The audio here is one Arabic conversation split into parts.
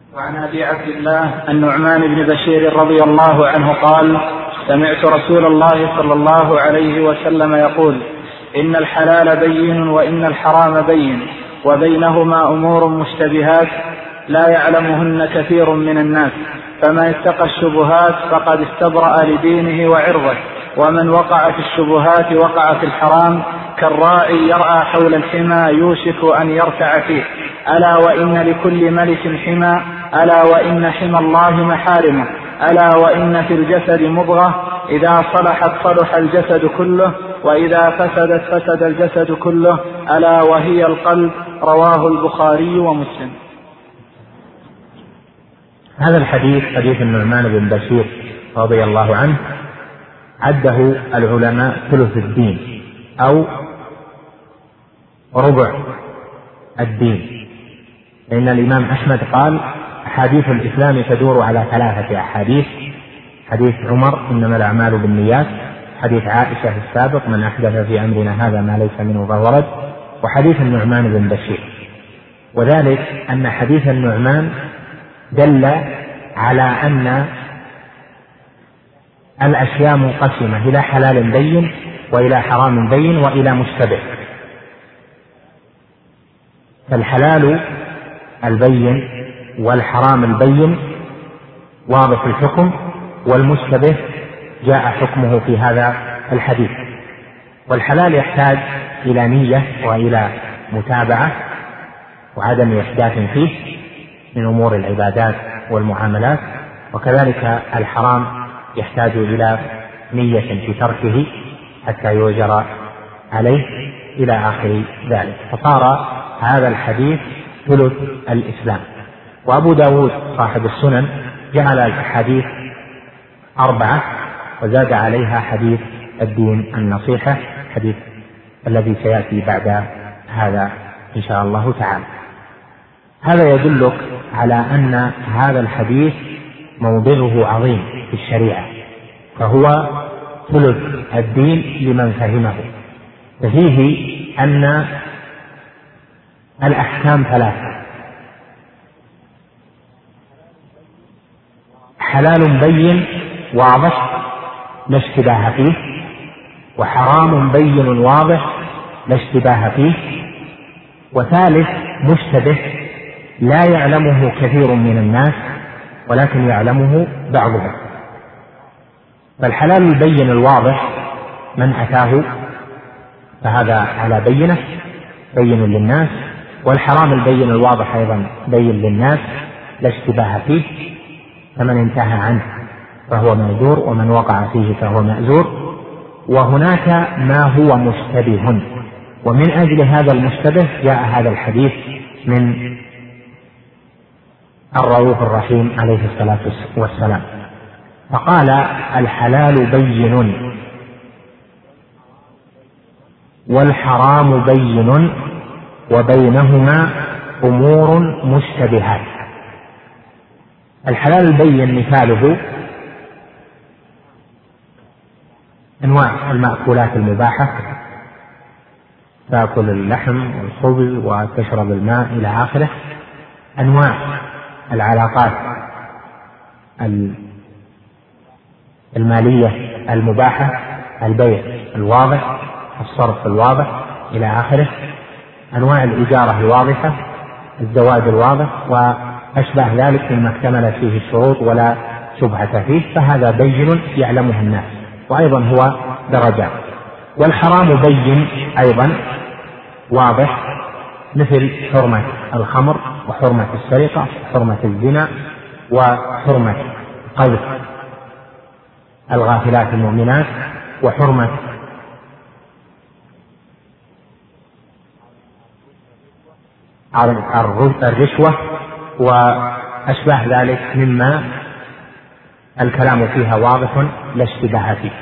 وعن أبي عبد الله النعمان بن بشير رضي الله عنه قال: سمعت رسول الله صلى الله عليه وسلم يقول: إن الحلال بين وإن الحرام بين وبينهما أمور مشتبهات لا يعلمهن كثير من الناس، فمن اتقى الشبهات فقد استبرأ لدينه وعرضه، ومن وقع في الشبهات وقع في الحرام كالراعي يرعى حول الحمى يوشك أن يرتع فيه. ألا وإن لكل ملك حمى، ألا وإن حمى الله محارمه، ألا وإن في الجسد مضغة إذا صلحت صلح الجسد كله، وإذا فسدت فسد الجسد كله، ألا وهي القلب. رواه البخاري ومسلم. هذا الحديث حديث النعمان بن بشير رضي الله عنه عده العلماء ثلث الدين أو ربع الدين، لأن الإمام أحمد قال: أحاديث الإسلام تدور على 3 أحاديث: حديث عمر إنما الأعمال بالنيات، حديث عائشة السابق من أحدث في أمرنا هذا ما ليس منه فهو رد، وحديث النعمان بن بشير. وذلك أن حديث النعمان دل على أن الأشياء منقسمة إلى حلال بين وإلى حرام بين وإلى مشتبه. فالحلال البين والحرام البين واضح الحكم، والمشتبه جاء حكمه في هذا الحديث. والحلال يحتاج إلى نية وإلى متابعة وعدم إحداث فيه من أمور العبادات والمعاملات، وكذلك الحرام يحتاج إلى نية في تركه حتى يؤجر عليه إلى آخر ذلك. فصار هذا الحديث ثلث الإسلام. وأبو داود صاحب السنن جعل الحديث 4 وزاد عليها حديث الدين النصيحة، حديث الذي سيأتي بعد هذا إن شاء الله تعالى. هذا يدلك على أن هذا الحديث موضعه عظيم في الشريعة، فهو ثلث الدين لمن فهمه. ففيه أن الأحكام 3: حلال بين واضح لا اشتباه فيه، وحرام بين واضح لا اشتباه فيه، وثالث مشتبه لا يعلمه كثير من الناس ولكن يعلمه بعضهم. فالحلال البين الواضح من أتاه فهذا على بينه بين للناس، والحرام البين الواضح أيضا بين للناس لا اشتباه فيه، فمن انتهى عنه فهو مأجور ومن وقع فيه فهو مأجور. وهناك ما هو مشتبه، ومن أجل هذا المشتبه جاء هذا الحديث من الرؤوف الرحيم عليه الصلاة والسلام، فقال: الحلال بين والحرام بين وبينهما أمور مشتبهات. الحلال البين مثاله أنواع المأكولات المباحة، تأكل اللحم والخبز وتشرب الماء إلى آخره. أنواع العلاقات المالية المباحة، البيع الواضح، الصرف الواضح إلى آخره. أنواع الإجارة الواضحة، الزواج الواضح وأشبه ذلك مما اكتملت فيه الشروط ولا شبهة فيه، فهذا بين يعلمه الناس، وأيضا هو درجات. والحرام بين أيضا واضح، مثل حرمة الخمر وحرمة السرقة وحرمة الزنا وحرمة قذف الغافلات المؤمنات وحرمة الرشوة وأشباه ذلك مما الكلام فيها واضح لا اشتباه فيه.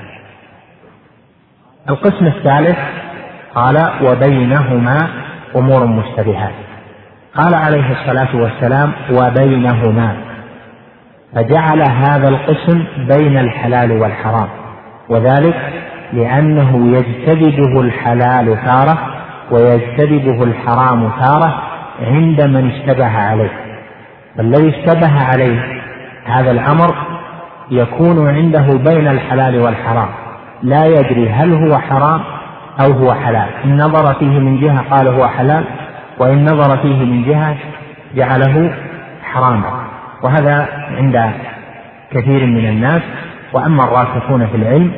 القسم الثالث قال: وبينهما أمور مشتبهات. قال عليه الصلاة والسلام: وبينهما، فجعل هذا القسم بين الحلال والحرام، وذلك لأنه يجتذبه الحلال تارة ويجتذبه الحرام تارة عند من اشتبه عليه. فالذي اشتبه عليه هذا الأمر يكون عنده بين الحلال والحرام، لا يدري هل هو حرام أو هو حلال. إن نظر فيه من جهة قال هو حلال، وإن نظر فيه من جهة جعله حراما، وهذا عند كثير من الناس. وأما الراسخون في العلم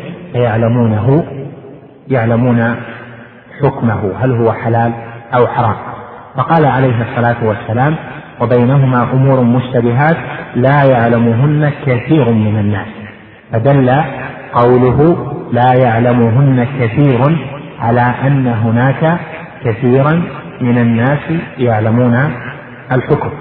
يعلمون حكمه هل هو حلال أو حرام. فقال عليه الصلاة والسلام: وبينهما أمور مشتبهات لا يعلمهن كثير من الناس. فدل قوله لا يعلمهن كثير على أن هناك كثيرا من الناس يعلمون الحكم.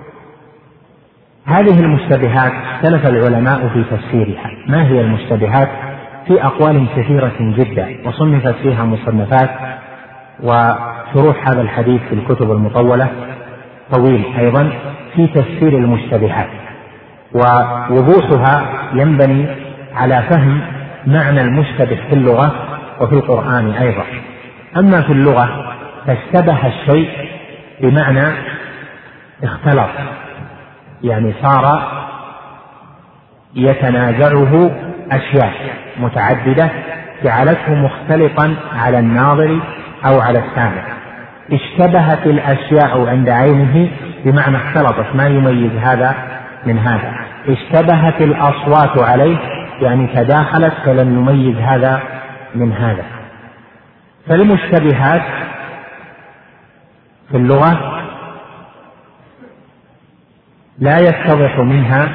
هذه المشتبهات اختلف العلماء في تفسيرها. ما هي المشتبهات؟ في أقوال كثيرة جدا، وصنفت فيها مصنفات، وشروح هذا الحديث في الكتب المطولة طويل أيضا في تفسير المشتبهات، ووضوحها ينبني على فهم معنى المشتبه في اللغة وفي القرآن أيضا. أما في اللغة فاشتبه الشيء بمعنى اختلط، يعني صار يتنازعه أشياء متعددة جعلته مختلطا على الناظر أو على السامع. اشتبهت الأشياء عند عينه بمعنى اختلطت، ما يميز هذا من هذا. اشتبهت الأصوات عليه، يعني تداخلت فلم يميز هذا من هذا. فالمشتبهات في اللغة لا يتضح منها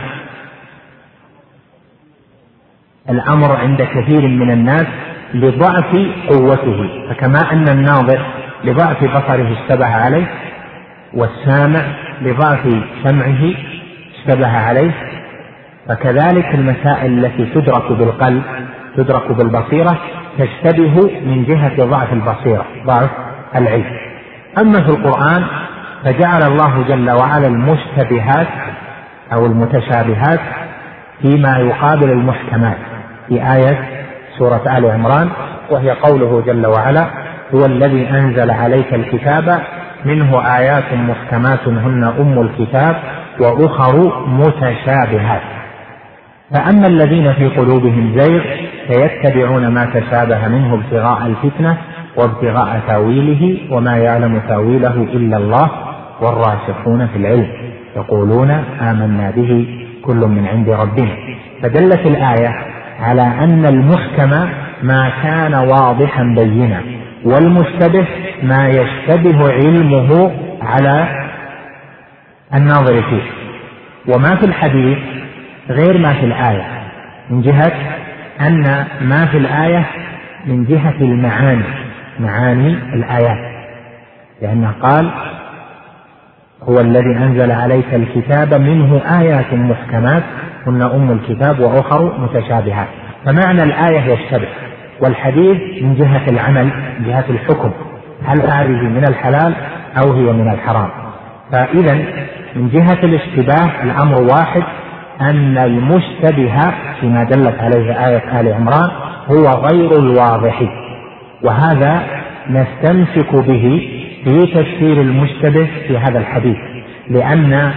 الأمر عند كثير من الناس لضعف قوته، فكما أن الناظر لضعف بصره اشتبه عليه، والسامع لضعف سمعه اشتبه عليه، فكذلك المسائل التي تدرك بالقلب تدرك بالبصيرة تشتبه من جهة ضعف البصيرة، ضعف العلم. أما في القرآن فجعل الله جل وعلا المشتبهات أو المتشابهات فيما يقابل المحكمات في آية سورة آل عمران، وهي قوله جل وعلا: هو الذي أنزل عليك الكتاب منه آيات محكمات هن أم الكتاب وأخر متشابهات. فأما الذين في قلوبهم زيغ فيتبعون ما تشابه منه ابتغاء الفتنة وابتغاء تاويله وما يعلم تاويله إلا الله والراسخون في العلم يقولون آمنا به كل من عند ربنا. فدلت الآية على أن المحكم ما كان واضحا بينا، والمشتبه ما يشتبه علمه على الناظر فيه. وما في الحديث غير ما في الآية، من جهة أن ما في الآية من جهة المعاني، معاني الآيات، لأنه قال: هو الذي أنزل عليك الكتاب منه آيات محكمات هن أم الكتاب وأخر متشابهات. فمعنى الآية يشتبه، والحديث من جهة العمل، من جهة الحكم، هل هذه من الحلال أو هي من الحرام. فإذا من جهة الاشتباه الأمر واحد، أن المشتبه فيما دلت عليه آية آل عمران هو غير الواضح، وهذا نستمسك به في تفسير المشتبه في هذا الحديث، لأن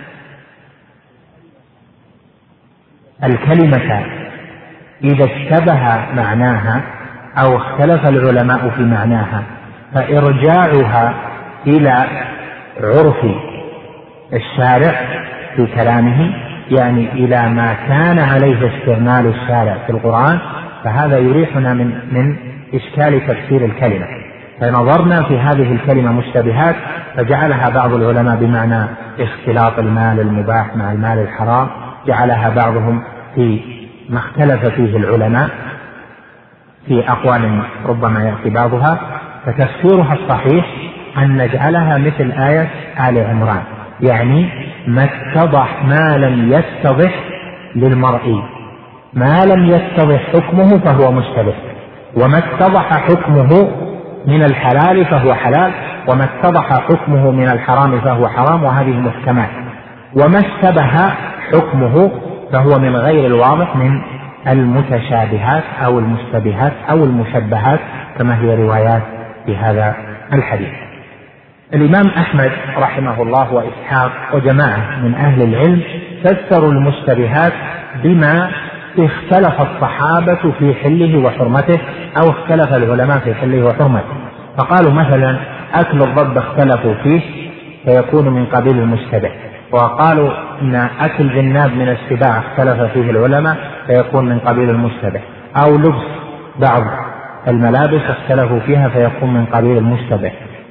الكلمة إذا اشتبه معناها أو اختلف العلماء في معناها فإرجاعها إلى عرف الشارع في كلامه، يعني إلى ما كان عليه استعمال الشارع في القرآن، فهذا يريحنا من إشكال تفسير الكلمة. فنظرنا في هذه الكلمة مشتبهات فجعلها بعض العلماء بمعنى اختلاط المال المباح مع المال الحرام، جعلها بعضهم في ما اختلف فيه العلماء في أقوال ربما يأتي بعضها. فتفسيرها الصحيح أن نجعلها مثل آية آل عمران، يعني ما اتضح ما لم يتضح للمرء، ما لم يتضح حكمه فهو مشتبه، وما اتضح حكمه من الحلال فهو حلال، وما اتضح حكمه من الحرام فهو حرام، وهذه محكمات. وما اشتبه حكمه فهو من غير الواضح من المتشابهات أو المشتبهات أو المشبهات كما هي روايات في هذا الحديث. الإمام أحمد رحمه الله وإسحاق وجماعة من أهل العلم فسروا المشتبهات بما اختلف الصحابة في حله وحرمته أو اختلف العلماء في حله وحرمته. فقالوا مثلا أكل الضب اختلفوا فيه فيكون من قبيل المشتبه، وقالوا إن أكل ذناب من السباع اختلف فيه العلماء فيكون من قبيل المشتبه، أو لبس بعض الملابس اختلفوا فيها فيكون من قبيل المشتبه.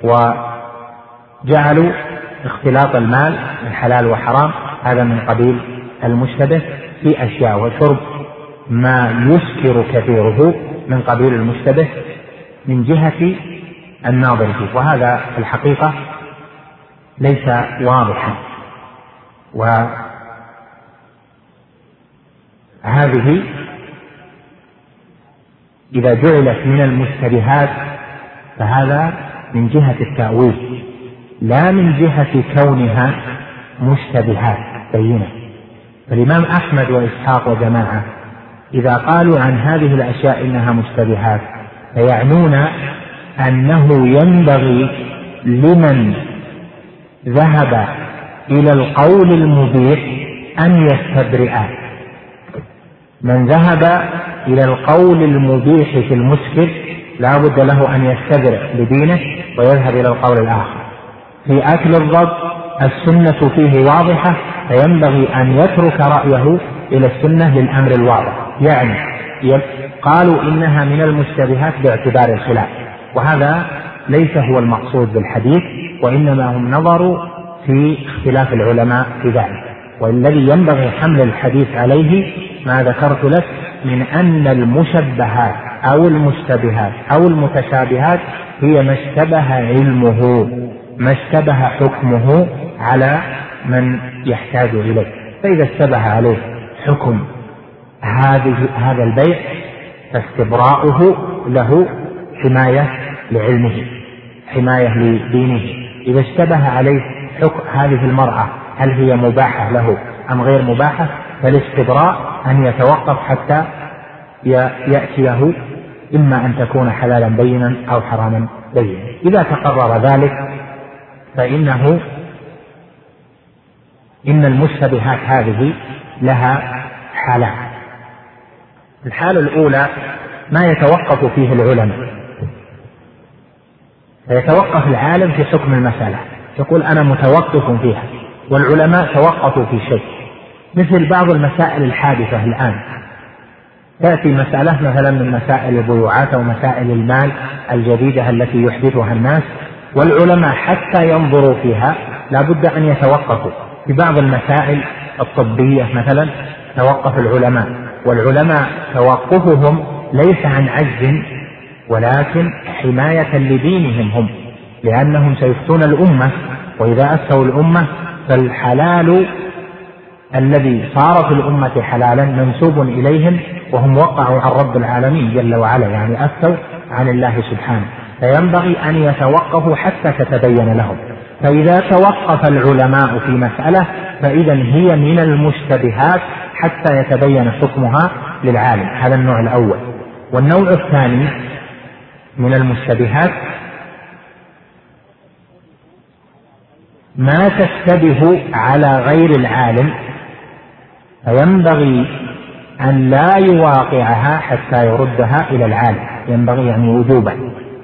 وجعلوا اختلاط المال من حلال وحرام هذا من قبيل المشتبه في أشياء، وشرب ما يسكر كثيره من قبيل المشتبه من جهة الناظر فيه، وهذا في الحقيقة ليس واضحا. وهذه إذا جعلت من المشتبهات فهذا من جهة التأويل لا من جهة كونها مشتبهات بينة. فالإمام أحمد وإسحاق وجماعة إذا قالوا عن هذه الأشياء إنها مشتبهات فيعنون أنه ينبغي لمن ذهب إلى القول المبيح أن يستبرئ. من ذهب إلى القول المبيح في المسكر لا بد له أن يستبرئ لدينه ويذهب إلى القول الآخر. في أكل الضب السنة فيه واضحة فينبغي أن يترك رأيه إلى السنة للأمر الواضح. يعني قالوا إنها من المشتبهات باعتبار الخلاف، وهذا ليس هو المقصود بالحديث، وإنما هم نظروا في اختلاف العلماء في ذلك. والذي ينبغي حمل الحديث عليه ما ذكرت لك من أن المشبهات أو المشتبهات أو المتشابهات هي ما اشتبه علمه، ما اشتبه حكمه على من يحتاج إليه. فإذا اشتبه عليه حكم هذا البيع فاستبراؤه له حماية لعلمه، حماية لدينه. إذا اشتبه عليه حكم هذه المرأة هل هي مباحة له أم غير مباحة فالاستبراء أن يتوقف حتى يأتيه إما أن تكون حلالا بينا أو حراما بينا. إذا تقرر ذلك إن المشتبهات هذه لها حالات. الحالة الأولى ما يتوقف فيه العلماء، فيتوقف العالم في حكم المسألة يقول أنا متوقف فيها، والعلماء توقفوا في شيء، مثل بعض المسائل الحادثة الآن. تأتي مسألة مثلا من مسائل البيوعات أو مسائل المال الجديدة التي يحدثها الناس، والعلماء حتى ينظروا فيها لا بد أن يتوقفوا. في بعض المسائل الطبية مثلا توقف العلماء، والعلماء توقفهم ليس عن عجز ولكن حماية لدينهم هم، لأنهم سيفتون الأمة، وإذا أفتوا الأمة فالحلال الذي صار في الأمة حلالا منسوب إليهم، وهم وقعوا عن رب العالمين جل وعلا، يعني أفتوا عن الله سبحانه، فينبغي أن يتوقفوا حتى تتبين لهم. فإذا توقف العلماء في مسألة فإذا هي من المشتبهات حتى يتبين حكمها للعالم. هذا النوع الأول. والنوع الثاني من المشتبهات ما تشتبه على غير العالم، فينبغي أن لا يواقعها حتى يردها إلى العالم، ينبغي يعني وجوبا،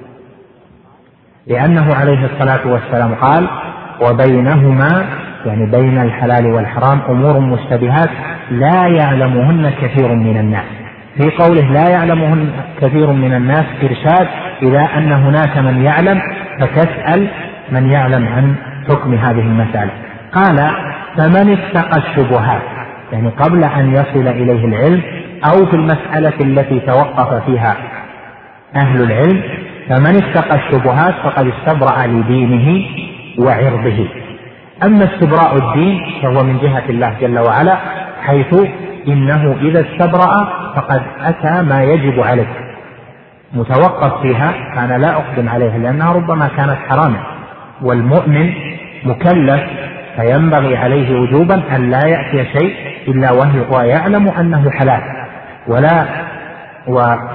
لأنه عليه الصلاة والسلام قال وبينهما يعني بين الحلال والحرام أمور مشتبهات لا يعلمهن كثير من الناس. في قوله لا يعلمهن كثير من الناس إرشاد إلى أن هناك من يعلم، فتسأل من يعلم عن حكم هذه المسألة. قال فمن اتقى الشبهات، يعني قبل أن يصل إليه العلم أو في المسألة التي توقف فيها أهل العلم، فمن اتقى الشبهات فقد استبرأ لدينه وعرضه. أما استبراء الدين فهو من جهة الله جل وعلا، حيث إنه إذا استبرأ فقد أتى ما يجب عليه، متوقف فيها فأنا لا أقدم عليها لأنها ربما كانت حراما، والمؤمن مكلف فينبغي عليه وجوبا أن لا يأتي شيء إلا وهو يعلم أنه حلال،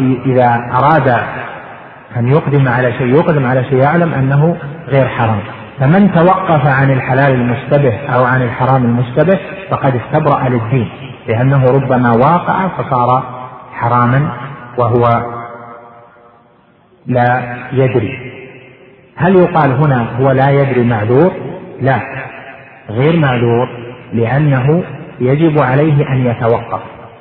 وإذا أراد أن يقدم على شيء يقدم على شيء يعلم أنه غير حرام. فمن توقف عن الحلال المشتبه أو عن الحرام المشتبه فقد استبرأ للدين، لأنه ربما واقع فصار حراما وهو لا يدري. هل يقال هنا هو لا يدري معذور؟ لا، غير معذور، لأنه يجب عليه أن يتوقف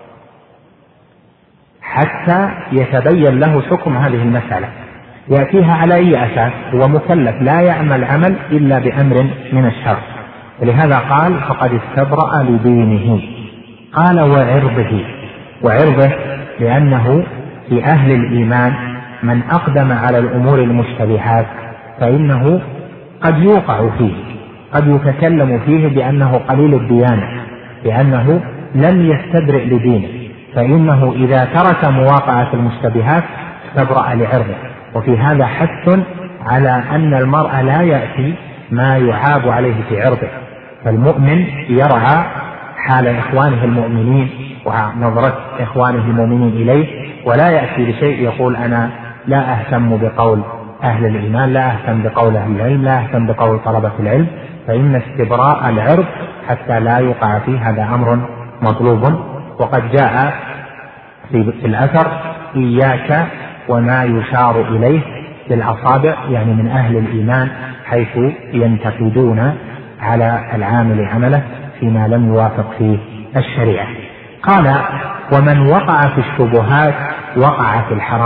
حتى يتبين له حكم هذه المسألة، يأتيها على أي أساس؟ هو مكلف لا يعمل عمل إلا بأمر من الشرع، ولهذا قال فقد استبرأ لدينه. قال وعرضه لأنه في أهل الإيمان من أقدم على الأمور المشتبهات فإنه قد يوقع فيه، قد يتكلم فيه بأنه قليل الديانة، بأنه لم يستبرئ لدينه، فإنه إذا ترك مواقعة المشتبهات استبرأ لعرضه. وفي هذا حث على أن المرء لا يأتي ما يعاب عليه في عرضه، فالمؤمن يرعى حال إخوانه المؤمنين ونظرة إخوانه المؤمنين إليه، ولا يأتي بشيء يقول أنا لا أهتم بقول أهل الإيمان، لا أهتم بقول أهل العلم، لا أهتم بقول طلبة العلم. فإن استبراء العرض حتى لا يقع فيه هذا أمر مطلوب. وقد جاء في الأثر إياك وما يشار إليه بالأصابع، يعني من أهل الإيمان، حيث ينتقدون على العامل عمله فيما لم يوافق فيه الشريعة. قال ومن وقع في الشبهات وقع في الحرام.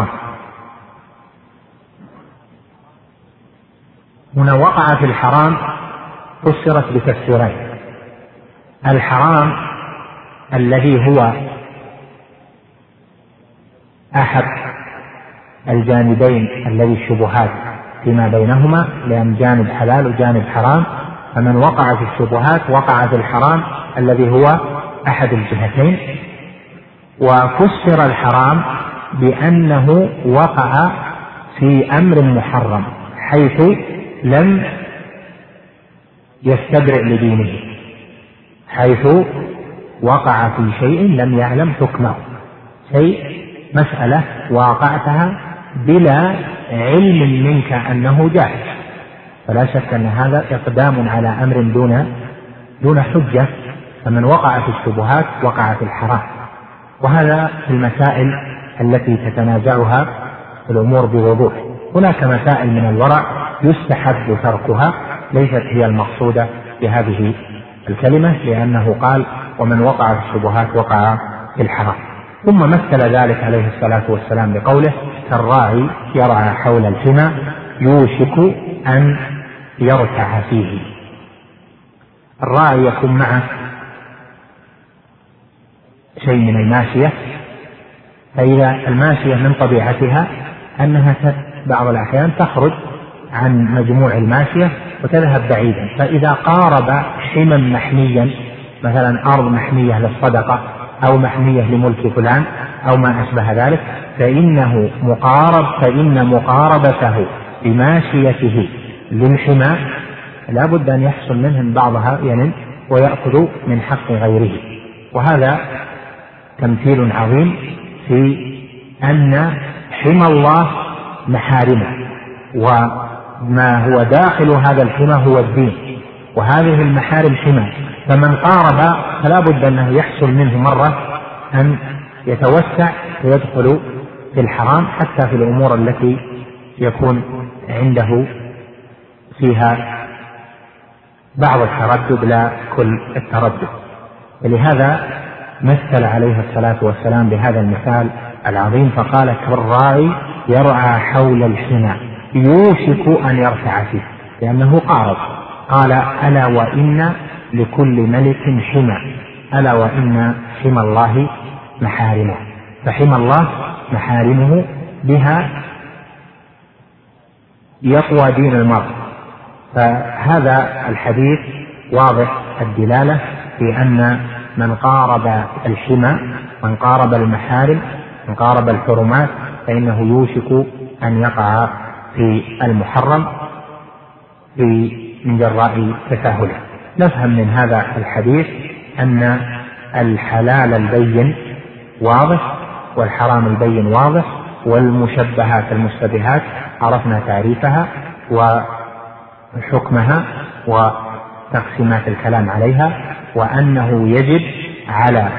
هنا وقع في الحرام فسرت بتفسيرين: الحرام الذي هو أحد الجانبين الذي الشبهات فيما بينهما، لأن جانب حلال وجانب حرام، فمن وقع في الشبهات وقع في الحرام الذي هو أحد الجهتين. وفسر الحرام بأنه وقع في أمر محرم حيث لم يستبرئ لدينه، حيث وقع في شيء لم يعلم حكمه، شيء مسألة واقعتها بلا علم منك أنه جائز، فلا شك أن هذا إقدام على أمر دون حجة. فمن وقع في الشبهات وقع في الحرام. وهذا في المسائل التي تتنازعها الأمور بوضوح. هناك مسائل من الورع يستحب تركها، ليست هي المقصودة بهذه الكلمة، لأنه قال ومن وقع في الشبهات وقع في الحرام. ثم مثل ذلك عليه الصلاة والسلام بقوله كالراعي يرعى حول الحمى يوشك أن يرتع فيه. الراعي يكون معه شيء من الماشية، فإذا الماشية من طبيعتها أنها بعض الأحيان تخرج عن مجموع الماشية وتذهب بعيدا، فإذا قارب حما محميا، مثلا أرض محمية للصدقة أو محمية لملك فلان أو ما أشبه ذلك، فإن مقاربته بماشيته للحمى لا بد أن يحصل منهم بعضها ويأخذ من حق غيره. وهذا تمثيل عظيم في أن حمى الله محارمه، وما هو داخل هذا الحمى هو الدين، وهذه المحارم حمى، فمن قارب فلا بد أنه يحصل منه مرة أن يتوسع ويدخل في الحرام، حتى في الأمور التي يكون عنده فيها بعض التردد لا كل التردد. ولهذا مثل عليه الصلاة والسلام بهذا المثال العظيم فقال كالراعي يرعى حول الحمى يوشك أن يرتع فيه، لأنه قارب. قال ألا وإن لكل ملك حمى، ألا وإن حمى الله محارمه. فحمى الله محارمه بها يقوى دين المرء. فهذا الحديث واضح الدلالة في أن من قارب الحمى، من قارب المحارم، من قارب الحرمات، فإنه يوشك أن يقع في المحرم من جراء تساهله. نفهم من هذا الحديث أن الحلال البين واضح والحرام البين واضح، والمشبهات المشتبهات عرفنا تعريفها، حكمها وتقسيمات الكلام عليها، وأنه يجب على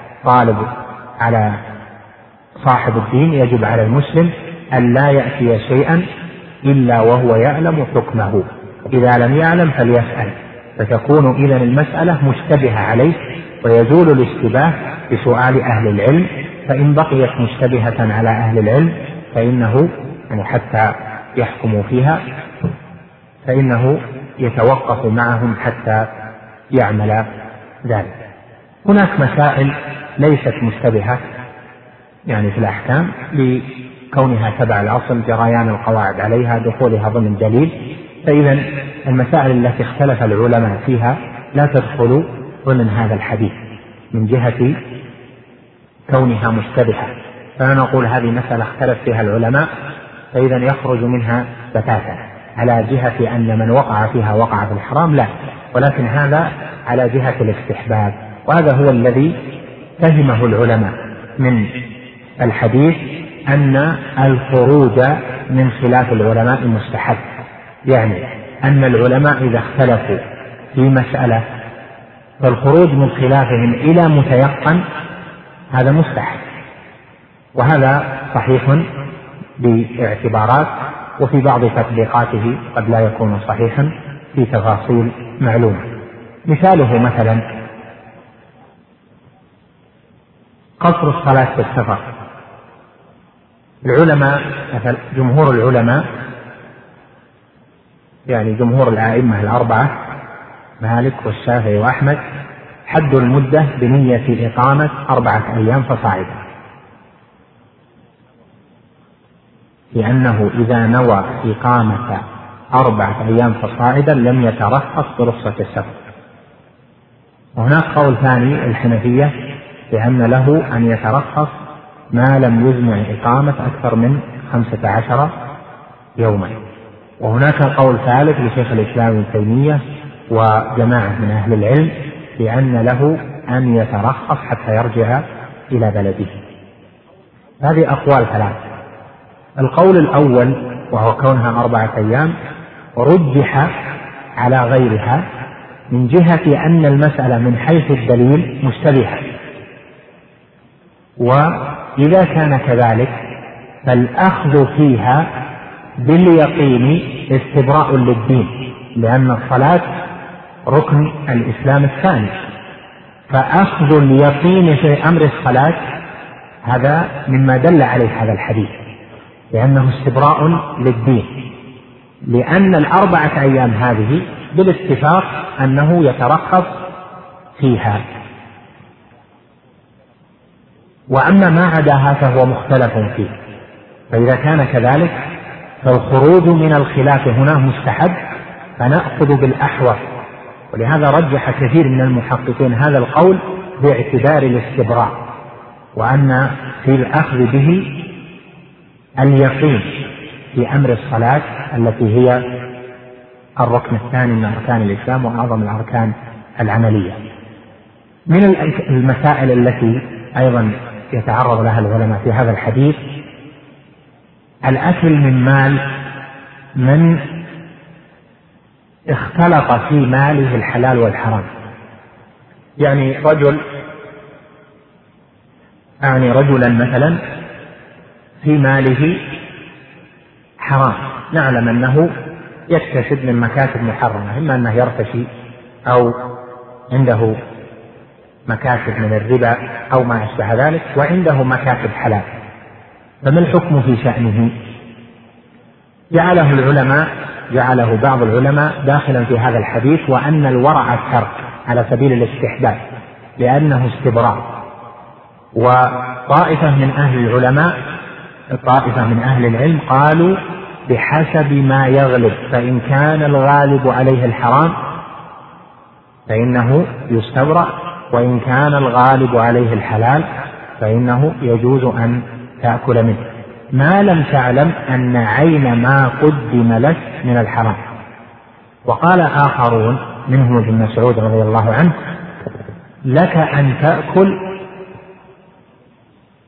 صاحب الدين، يجب على المسلم أن لا يأتي شيئا إلا وهو يعلم حكمه، إذا لم يعلم فليسأل، فتكون إذن المسألة مشتبهة عليه، ويزول الاشتباه بسؤال أهل العلم، فإن بقيت مشتبهة على أهل العلم فإنه حتى يحكموا فيها فإنه يتوقف معهم حتى يعمل ذلك. هناك مسائل ليست مشتبهة في الأحكام لكونها تبع الأصل، جريان القواعد عليها، دخولها ضمن دليل، فإذا المسائل التي اختلف العلماء فيها لا تدخل ضمن هذا الحديث من جهة كونها مشتبهة، فنقول هذه مسألة اختلف فيها العلماء فإذا يخرج منها بتاتا على جهة أن من وقع فيها وقع في الحرام، لا، ولكن هذا على جهة الاستحباب، وهذا هو الذي فهمه العلماء من الحديث، أن الخروج من خلاف العلماء مستحب، يعني أن العلماء إذا اختلفوا في مسألة فالخروج من خلافهم إلى متيقن هذا مستحب، وهذا صحيح باعتبارات، وفي بعض تطبيقاته قد لا يكون صحيحا في تفاصيل معلومة. مثاله مثلا قصر الصلاة في السفر، العلماء جمهور العلماء جمهور الأئمة الأربعة مالك والشافعي وأحمد حد المدة بنية إقامة 4 أيام فصاعدا، لأنه إذا نوى إقامة 4 أيام فصاعدا لم يترخص برخصة السفر. وهناك قول ثاني الحنفية بأن له أن يترخص ما لم يجمع إقامة أكثر من 15 يوما. وهناك قول ثالث لشيخ الإسلام ابن تيمية وجماعة من أهل العلم بأن له أن يترخص حتى يرجع إلى بلده. هذه أقوال 3. القول الأول وهو كونها 4 أيام رجح على غيرها من جهة أن المسألة من حيث الدليل مشتبهة، وإذا كان كذلك فالأخذ فيها باليقين استبراء للدين، لأن الصلاة ركن الإسلام الثاني، فأخذ اليقين في أمر الصلاة هذا مما دل عليه هذا الحديث، لأنه استبراء للدين، لأن 4 أيام هذه بالاتفاق أنه يترخص فيها، وأما ما عداها فهو مختلف فيه. فإذا كان كذلك فالخروج من الخلاف هنا مستحب، فنأخذ بالأحوط، ولهذا رجح كثير من المحققين هذا القول باعتبار الاستبراء، وأن في الأخذ به اليقين في أمر الصلاة التي هي الركن الثاني من أركان الإسلام وأعظم الأركان العملية. من المسائل التي أيضا يتعرض لها العلماء في هذا الحديث الأكل من مال من اختلط في ماله الحلال والحرام، يعني رجلا مثلا في ماله حرام، نعلم أنه يكتسب من مكاسب محرمة، إما أنه يرتشي أو عنده مكاسب من الربا أو ما أشبه ذلك، وعنده مكاسب حلال، فما الحكم في شأنه؟ جعله بعض العلماء داخلا في هذا الحديث، وأن الورع الترك على سبيل الاستحباب لأنه استبراء. وطائفة من أهل العلم قالوا بحسب ما يغلب، فإن كان الغالب عليه الحرام فإنه يستبرأ، وإن كان الغالب عليه الحلال فإنه يجوز أن تأكل منه ما لم تعلم أن عين ما قدم لك من الحرام. وقال آخرون منهم ابن مسعود رضي الله عنه لك أن تأكل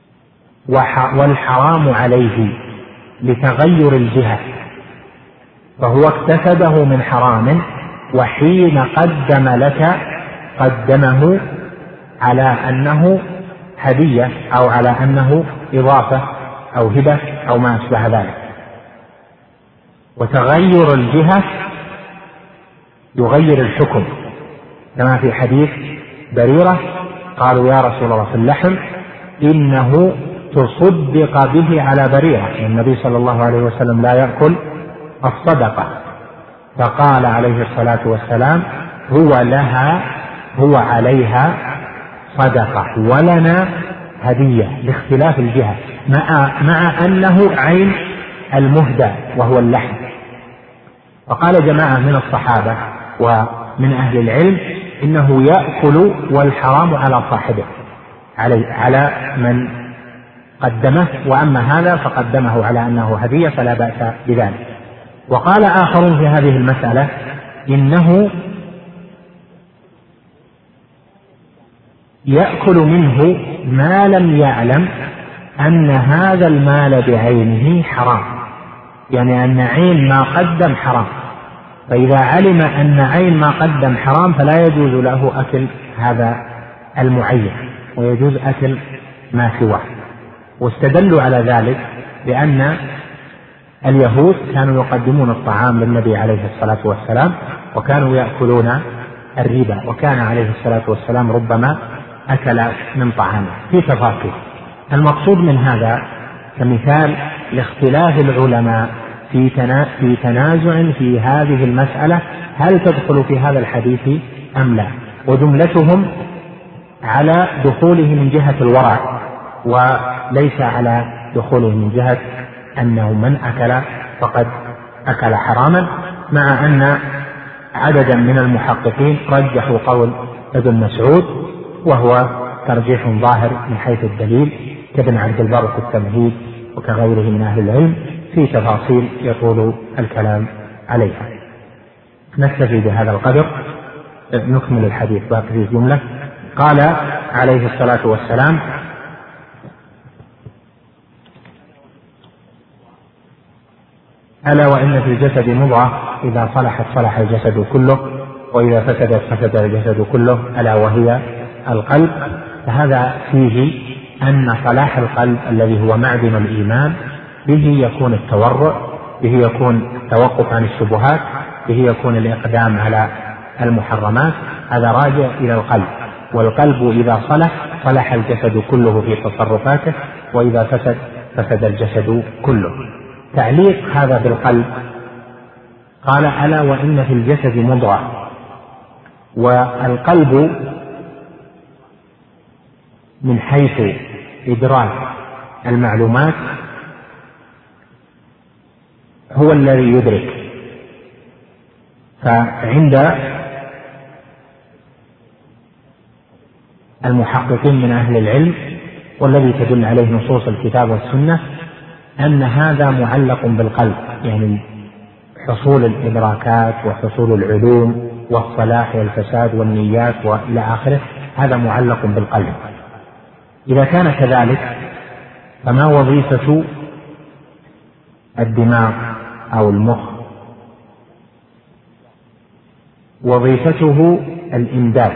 والحرام عليه لتغير الجهة، فهو اكتسبه من حرام، وحين قدم لك قدمه على أنه هدية أو على أنه إضافة أو هبة أو ما أشبه ذلك. وتغير الجهة يغير الحكم، كما في حديث بريرة قالوا يا رسول الله في اللحم إنه تصدق به على بريرة، النبي صلى الله عليه وسلم لا يأكل الصدقة، فقال عليه الصلاة والسلام هو عليها صدقة ولنا هدية، لاختلاف الجهة، مع أنه عين المهدى وهو اللحم. وقال جماعة من الصحابة ومن أهل العلم إنه يأكل والحرام على صاحبه، على من قدمه، وأما هذا فقدمه على أنه هدية فلا بأس بذلك. وقال آخرون في هذه المسألة إنه يأكل منه ما لم يعلم أن هذا المال بعينه حرام، يعني أن عين ما قدم حرام، فإذا علم أن عين ما قدم حرام فلا يجوز له أكل هذا المعين، ويجوز أكل ما سواه. واستدلوا على ذلك بأن اليهود كانوا يقدمون الطعام للنبي عليه الصلاة والسلام وكانوا يأكلون الربا، وكان عليه الصلاة والسلام ربما أكل من طعامه في تفاصيل. المقصود من هذا كمثال لاختلاف العلماء في تنازع في هذه المسألة هل تدخل في هذا الحديث أم لا، وجملتهم على دخوله من جهة الورع وليس على دخوله من جهة أنه من أكل فقد أكل حراما، مع أن عددا من المحققين رجحوا قول ابن مسعود، وهو ترجيح ظاهر من حيث الدليل، كابن عبد البر في التمهيد وكغيره من أهل العلم، في تفاصيل يطول الكلام عليها. نكتفي بهذا القدر، نكمل الحديث باقي في جملة. قال عليه الصلاة والسلام: ألا وإن في الجسد مضغة إذا صلحت صلح الجسد كله، وإذا فسدت فسد الجسد كله، ألا وهي القلب. فهذا فيه أن صلاح القلب الذي هو معدن الإيمان به يكون التورع، به يكون التوقف عن الشبهات، به يكون الإقدام على المحرمات، هذا راجع إلى القلب. والقلب إذا صلح صلح الجسد كله في تصرفاته، وإذا فسد فسد الجسد كله. تعليق هذا بالقلب قال: ألا وإن في الجسد مضغة. والقلب من حيث إدراك المعلومات هو الذي يدرك، فعند المحققين من أهل العلم والذي تدل عليه نصوص الكتاب والسنة أن هذا معلق بالقلب، يعني حصول الإدراكات وحصول العلوم والصلاح والفساد والنيات وإلى آخره، هذا معلق بالقلب. إذا كان كذلك فما وظيفة الدماغ أو المخ؟ وظيفته الإمداد.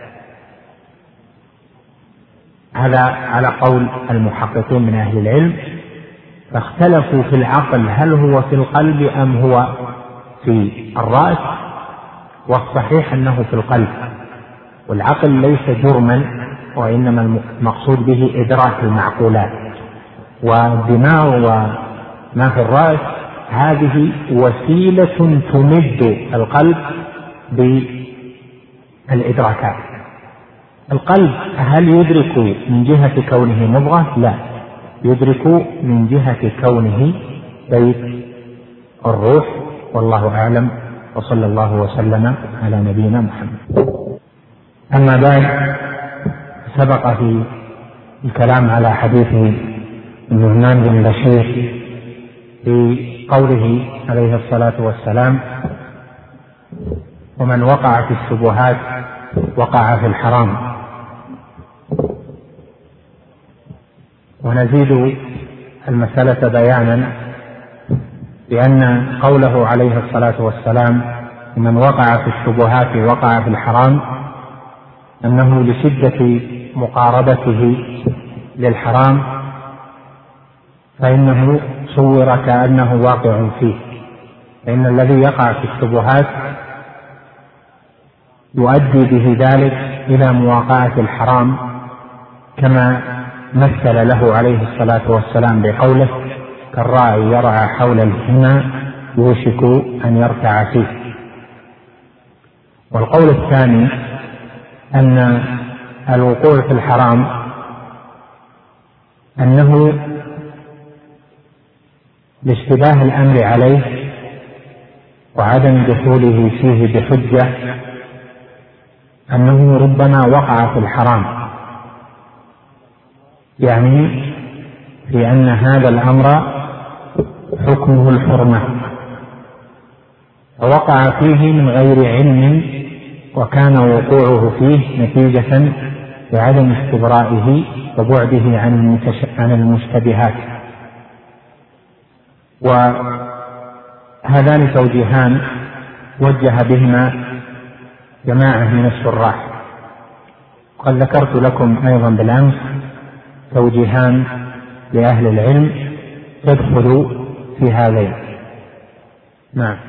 هذا على قول المحققين من أهل العلم، فاختلفوا في العقل هل هو في القلب أم هو في الرأس، والصحيح أنه في القلب. والعقل ليس جرما، وإنما المقصود به إدراك المعقولات، والدماغ وما في الرأس هذه وسيلة تمد القلب بالإدراكات. القلب هل يدرك من جهة كونه مضغة؟ لا، يدرك من جهة كونه بيت الروح، والله أعلم، وصلى الله وسلم على نبينا محمد. أما بعد، سبق في الكلام على حديث النعمان بن بشير في قوله عليه الصلاة والسلام: ومن وقع في الشبهات وقع في الحرام. ونزيد المسألة بيانا بأن قوله عليه الصلاة والسلام من وقع في الشبهات وقع في الحرام أنه لشدة مقاربته للحرام فإنه صور كأنه واقع فيه، فإن الذي يقع في الشبهات يؤدي به ذلك إلى مواقعة الحرام، كما مثل له عليه الصلاة والسلام بقوله كالراعي يرعى حول الحمى يوشك أن يرتع فيه. والقول الثاني أن الوقوع في الحرام أنه لاشتباه الأمر عليه وعدم دخوله فيه بحجة، أنه ربما وقع في الحرام، يعني في أن هذا الأمر حكمه الحرمة فوقع فيه من غير علم، وكان وقوعه فيه نتيجة لعدم استبرائه وبعده عن المشتبهات. وهذان توجيهان وجه بهما جماعة من الشراح، وقد ذكرت لكم أيضا بالأمس توجيهان لأهل العلم تدخل في هذين. نعم.